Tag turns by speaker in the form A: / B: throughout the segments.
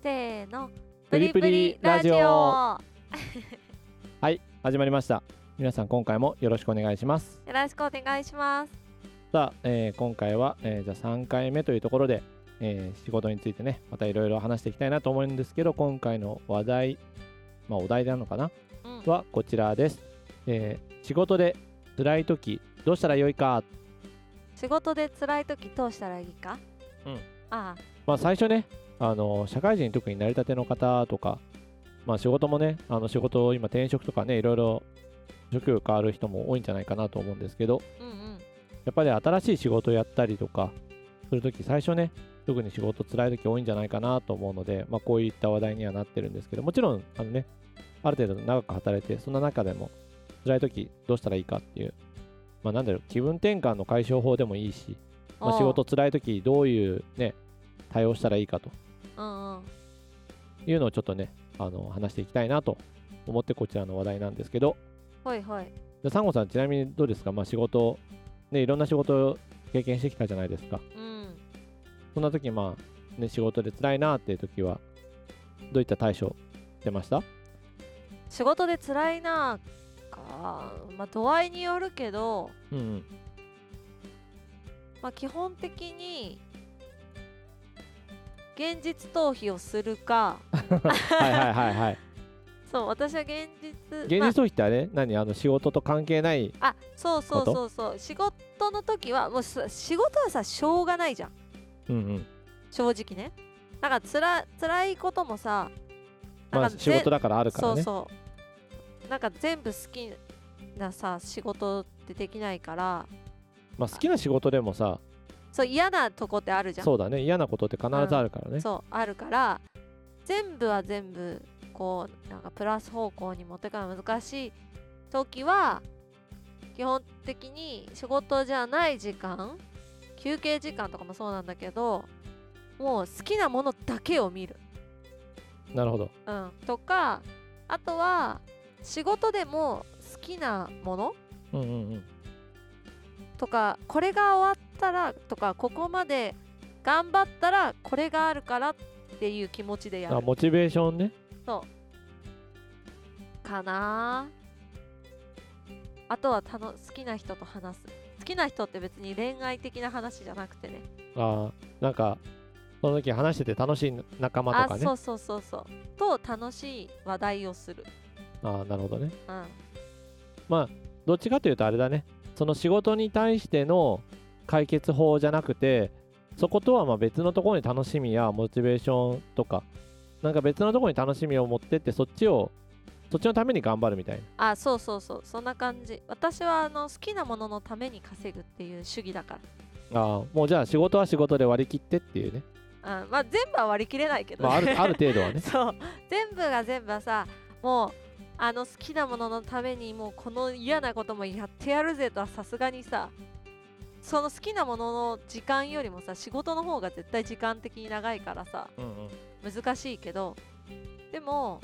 A: せーの、
B: プリプリラジオはい、始まりました。皆さん今回もよろしくお願いします。
A: よろしくお願いします。
B: さあ、今回は、じゃあ3回目というところで、仕事についてねまたいろいろ話していきたいなと思うんですけど、今回の話題、お題なのかな、はこちらです。仕事で辛い時どうしたらよいか。
A: 仕事で辛い時どうしたらいいか。
B: 最初ね、社会人特になりたての方とか、仕事もね、仕事を今転職とかねいろいろ職業変わる人も多いんじゃないかなと思うんですけど、やっぱり新しい仕事をやったりとかするとき、最初ね特に仕事辛いとき多いんじゃないかなと思うので、こういった話題にはなってるんですけど、もちろんある程度長く働いてそんな中でも辛いときどうしたらいいかっていう、気分転換の解消法でもいいし、仕事辛いときどういうね対応したらいいかというのをちょっとね話していきたいなと思ってこちらの話題なんですけど、でサンゴさんちなみにどうですか。仕事ね、いろんな仕事を経験してきたじゃないですか。そんな時仕事で辛いなっていう時はどういった対処出ました？
A: 仕事で辛いなか、度合いによるけど、基本的に現実逃避をするか
B: はい
A: そう、私は現実
B: 逃避ってあれ仕事と関係ない。
A: そう仕事の時はもう仕事はさしょうがないじゃん、正直ね。なんか辛いこともさ、
B: 仕事だからあるからね。
A: なんか全部好きなさ仕事ってできないから、
B: 好きな仕事でもさ、
A: そう嫌なとこってあるじゃん。
B: そうだね、嫌なことって必ずあるからね。
A: そうあるから、全部は全部こうなんかプラス方向に持っていくのが難しい時は、基本的に仕事じゃない時間、休憩時間とかもそうなんだけど、もう好きなものだけを見る。
B: なるほど。
A: とか、あとは仕事でも好きなもの、とか、これが終わったらとか、ここまで頑張ったらこれがあるからっていう気持ちでやる。
B: モチベーションね。
A: そうかな。あとは好きな人と話す。好きな人って別に恋愛的な話じゃなくてね、
B: なんかその時話してて楽しい仲間とかね。
A: そうと楽しい話題をする。
B: なるほどね。どっちかというとあれだね、その仕事に対しての解決法じゃなくて、そことは別のところに楽しみやモチベーションとか、なんか別のところに楽しみを持ってって、そっちのために頑張るみたいな。
A: そうそんな感じ。私は好きなもののために稼ぐっていう主義だから。
B: もうじゃあ仕事は仕事で割り切ってっていうね。
A: 全部は割り切れないけど、ね、
B: ある程度はね。
A: そう全部が全部はさ、もう好きなもののためにもうこの嫌なこともやってやるぜとはさすがにさ、その好きなものの時間よりもさ仕事の方が絶対時間的に長いからさ、難しいけど、でも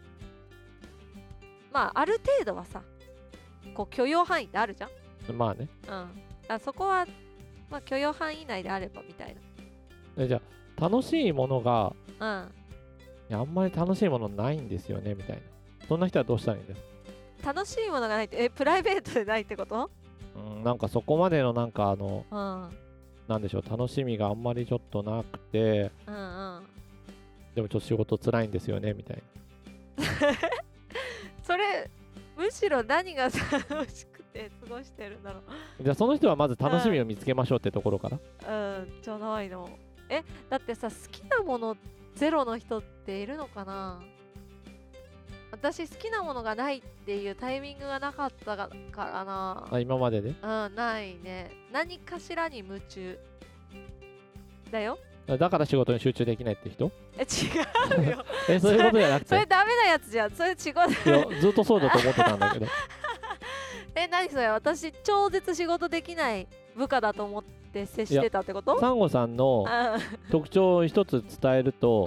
A: ある程度はさこう許容範囲ってあるじゃん。そこは許容範囲内であればみたい
B: な。じゃあ楽しいものが
A: な。
B: あんまり楽しいものないんですよねみたいな、そんな人はどうしたらいいんです
A: か。楽しいものがないって、プライベートでないってこと？
B: なんかそこまでのなんでしょう、楽しみがあんまりちょっとなくて、でもちょっと仕事辛いんですよねみたいな。
A: それむしろ何が楽しくて過ごしてるんだろう。
B: じゃあその人はまず楽しみを見つけましょうってところから。
A: じゃないの。だってさ、好きなものゼロの人っているのかな。私好きなものがないっていうタイミングがなかったからな。
B: 今までで？
A: ないね。何かしらに夢中だよ。
B: だから仕事に集中できないって人？
A: 違うよ。
B: そういうことじゃなくて。
A: それダメなやつじゃん。それ違う。
B: いやずっとそうだと思ってたんだけど。
A: 何それ、私超絶仕事できない部下だと思って接してたってこと？
B: サンゴさんの特徴を一つ伝えると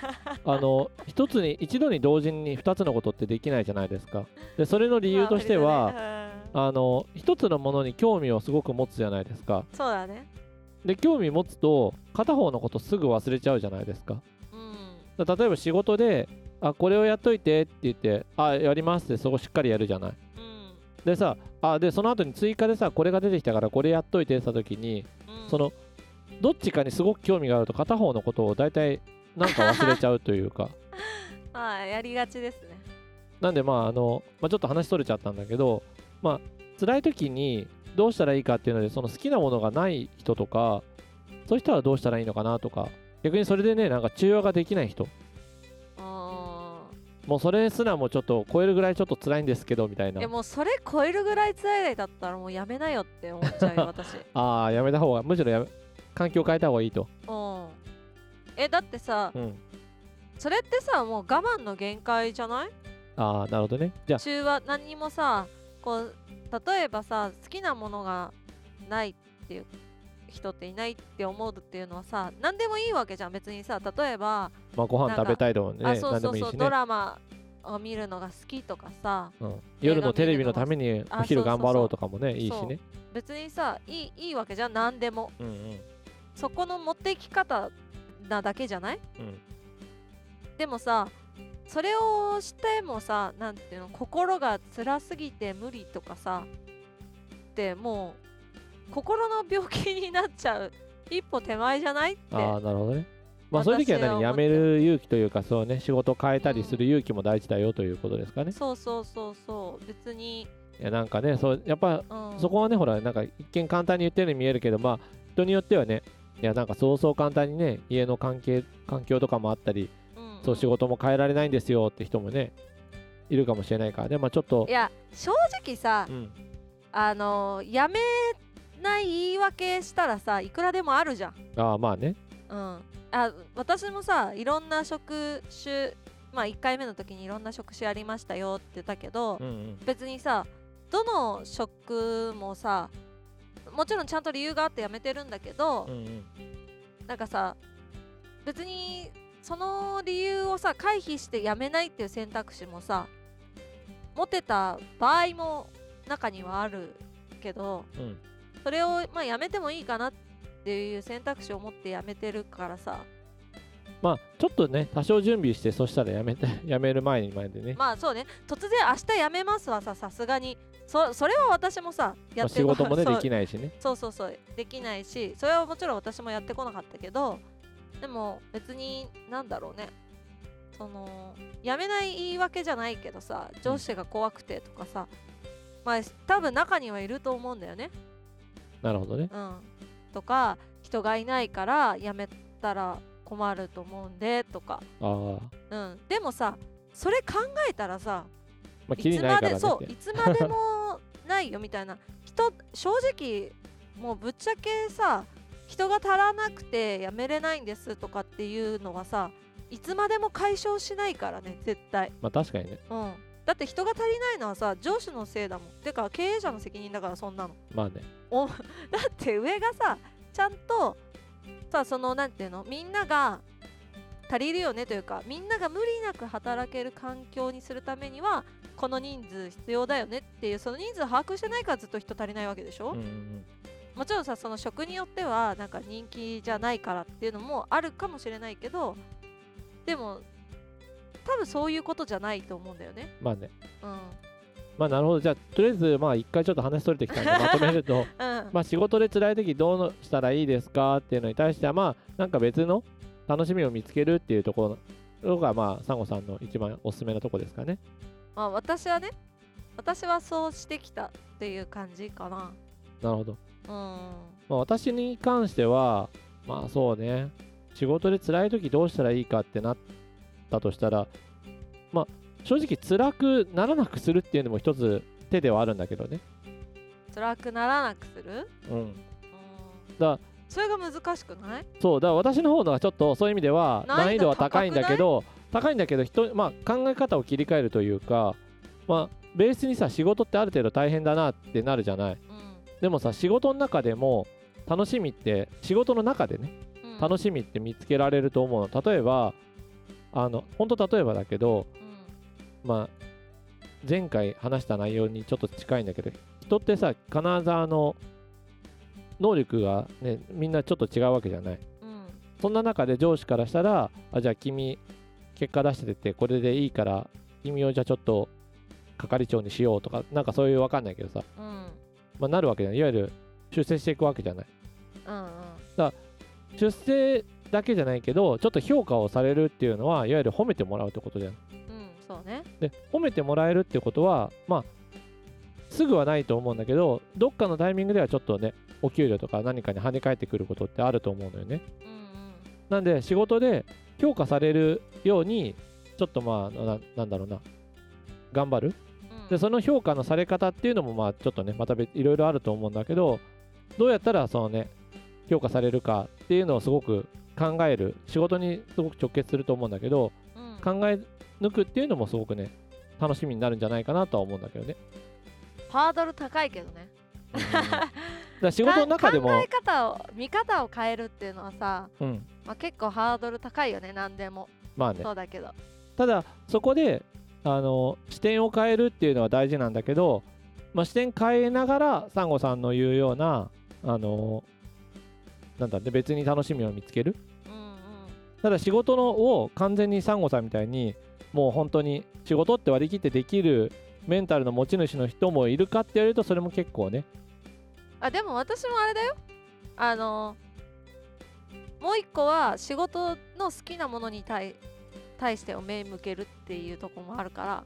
B: 一度に同時に2つのことってできないじゃないですか。でそれの理由としては、一つのものに興味をすごく持つじゃないですか。
A: そうだね。
B: で興味持つと片方のことすぐ忘れちゃうじゃないですか。 例えば仕事でこれをやっといてって言ってやりますってそこしっかりやるじゃない。でさでその後に追加でさこれが出てきたからこれやっといてって言った時に、そのどっちかにすごく興味があると片方のことを大体なんか忘れちゃうというか
A: やりがちですね。
B: なんでちょっと話それちゃったんだけど、辛い時にどうしたらいいかっていうので、その好きなものがない人とかそういう人はどうしたらいいのかなとか、逆にそれでねなんか中和ができない人、もうそれすらもちょっと超えるぐらいちょっと辛いんですけどみたいな。
A: もうそれ超えるぐらい辛いだったらもうやめなよって思っちゃうよ私。
B: やめた方が、むしろ環境変えた方がいいと。
A: だってさ、それってさもう我慢の限界じゃない？
B: なるほどね。じゃあ
A: 中和何にもさこう例えばさ好きなものがないっていう人っていないって思うっていうのはさ何でもいいわけじゃん別にさ。例えば
B: ご飯食べたいとね、何でもいいしね。
A: ドラマを見るのが好きとかさ、
B: 夜のテレビのためにお昼頑張ろうとかもねいいしね。
A: 別にさいいわけじゃん何でも、そこの持っていき方なだけじゃない？でもさそれをしてもさなんていうの心が辛すぎて無理とかさってもう心の病気になっちゃう一歩手前じゃないって。
B: なるほどね。そういう時は辞める勇気というかそうね、仕事を変えたりする勇気も大事だよということですかね。
A: そう別に
B: いやなんかねやっぱ、そこはねほらなんか一見簡単に言ってるように見えるけど人によってはねいやなんかそう簡単にね家の環境とかもあったり、そう仕事も変えられないんですよって人もねいるかもしれないからね。ちょっと
A: いや正直さ、やめない言い訳したらさいくらでもあるじゃん。
B: ね。
A: 私もさいろんな職種1回目の時にいろんな職種ありましたよって言ったけど、別にさどの職もさもちろんちゃんと理由があって辞めてるんだけど、なんかさ別にその理由をさ回避して辞めないっていう選択肢もさ持てた場合も中にはあるけど、それを辞めてもいいかなっていう選択肢を持って辞めてるからさ、
B: ちょっとね多少準備してそしたら辞める前にでね
A: そうね突然明日辞めますはさすがにそれは私もさやって
B: 仕事もねできないしね。
A: そうできないし、それはもちろん私もやってこなかったけど、でも別になんだろうねその辞めない言い訳じゃないけどさ上司が怖くてとかさ、多分中にはいると思うんだよね。
B: なるほどね。
A: とか人がいないから辞めたら困ると思うんでとか。でもさそれ考えたらさ、
B: いつまで
A: いつまでもないよみたいな人正直もうぶっちゃけさ人が足らなくて辞めれないんですとかっていうのはさいつまでも解消しないからね絶対。
B: 確かにね。
A: だって人が足りないのはさ上司のせいだもん。てか経営者の責任だからそんなの。だって上がさちゃんとさそのなんていうのみんなが足りるよねというかみんなが無理なく働ける環境にするためにはこの人数必要だよねっていうその人数把握してないからずっと人足りないわけでしょ。もちろんさその職によってはなんか人気じゃないからっていうのもあるかもしれないけど、でも多分そういうことじゃないと思うんだよね。
B: なるほど。じゃあとりあえず一回ちょっと話それてきたんでまとめると、仕事で辛い時どうしたらいいですかっていうのに対してはなんか別の楽しみを見つけるっていうところがサンゴさんの一番おすすめなとこですかね。
A: 私はそうしてきたっていう感じかな。
B: なるほど。私に関してはそうね仕事で辛い時どうしたらいいかってなったとしたら正直辛くならなくするっていうのも一つ手ではあるんだけどね。
A: 辛くならなくする？それが難しくない？
B: だから私の方がちょっとそういう意味では難易度は高いんだけど考え方を切り替えるというかベースにさ仕事ってある程度大変だなってなるじゃない。でもさ仕事の中でも楽しみって仕事の中でね、楽しみって見つけられると思うの。例えば本当例えばだけど、前回話した内容にちょっと近いんだけど人ってさ必ず能力がねみんなちょっと違うわけじゃない。そんな中で上司からしたらじゃあ君結果出しててこれでいいから君をじゃあちょっと係長にしようとかなんかそういうわかんないけどさ、なるわけじゃない。いわゆる出世していくわけじゃない。だから出世だけじゃないけどちょっと評価をされるっていうのはいわゆる褒めてもらうってことじゃん。
A: そうね。
B: で褒めてもらえるってことはすぐはないと思うんだけどどっかのタイミングではちょっとねお給料とか何かに跳ね返ってくることってあると思うのよね。なんで仕事で評価されるようにちょっとなんだろうな頑張る。でその評価のされ方っていうのもちょっとねまたいろいろあると思うんだけどどうやったらそのね評価されるかっていうのをすごく考える仕事にすごく直結すると思うんだけど、考え抜くっていうのもすごくね楽しみになるんじゃないかなとは思うんだけどね。
A: ハードル高いけどね。
B: だから仕事の中でも
A: 考え方を見方を変えるっていうのはさ、結構ハードル高いよね。何でもそうだけど
B: ただそこで視点を変えるっていうのは大事なんだけど、視点変えながらサンゴさんの言うようななんだって別に楽しみを見つける。ただ仕事を完全にサンゴさんみたいにもう本当に仕事って割り切ってできるメンタルの持ち主の人もいるかって言われるとそれも結構ね。
A: でも私もあれだよ。もう一個は仕事の好きなものに対してを目向けるっていうところもあるから、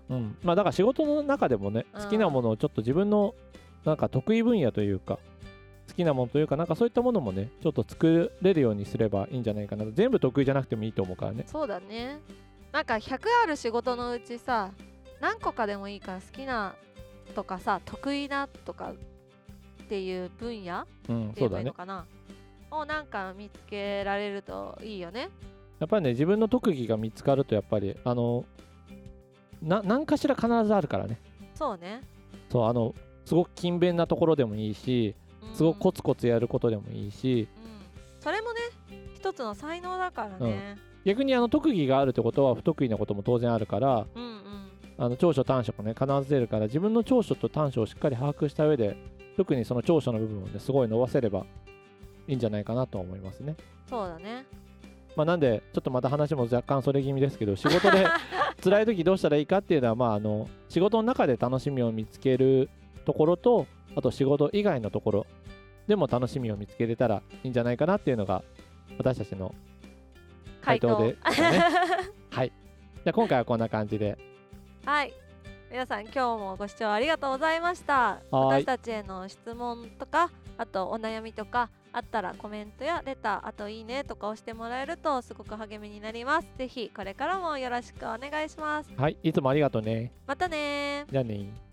B: だから仕事の中でもね、好きなものをちょっと自分のなんか得意分野というか好きなものというかなんかそういったものもねちょっと作れるようにすればいいんじゃないかなと。全部得意じゃなくてもいいと思うからね。
A: そうだね。なんか100ある仕事のうちさ何個かでもいいから好きなとかさ得意なとかっていう分野って言えばいいのかな、をなんか見つけられるといいよね。
B: やっぱりね自分の特技が見つかるとやっぱり何かしら必ずあるからね。
A: そうね。
B: そうすごく勤勉なところでもいいし、すごくコツコツやることでもいいし、
A: それもね一つの才能だからね。
B: 逆に特技があるってことは不得意なことも当然あるから、長所短所もね必ず出るから自分の長所と短所をしっかり把握した上で特にその長所の部分をねすごい伸ばせればいいんじゃないかなと思いますね。
A: そうだね。
B: なんでちょっとまた話も若干それ気味ですけど仕事で辛い時どうしたらいいかっていうのは仕事の中で楽しみを見つけるところとあと仕事以外のところでも楽しみを見つけれたらいいんじゃないかなっていうのが私たちの回答でしたね。はい。じゃあ今回はこんな感じで。
A: はい。皆さん今日もご視聴ありがとうございました。私たちへの質問とかあとお悩みとかあったらコメントやレターあといいねとか押してもらえるとすごく励みになります。ぜひこれからもよろしくお願いします。
B: はい。いつもありがとうね。
A: またね。
B: じゃあね。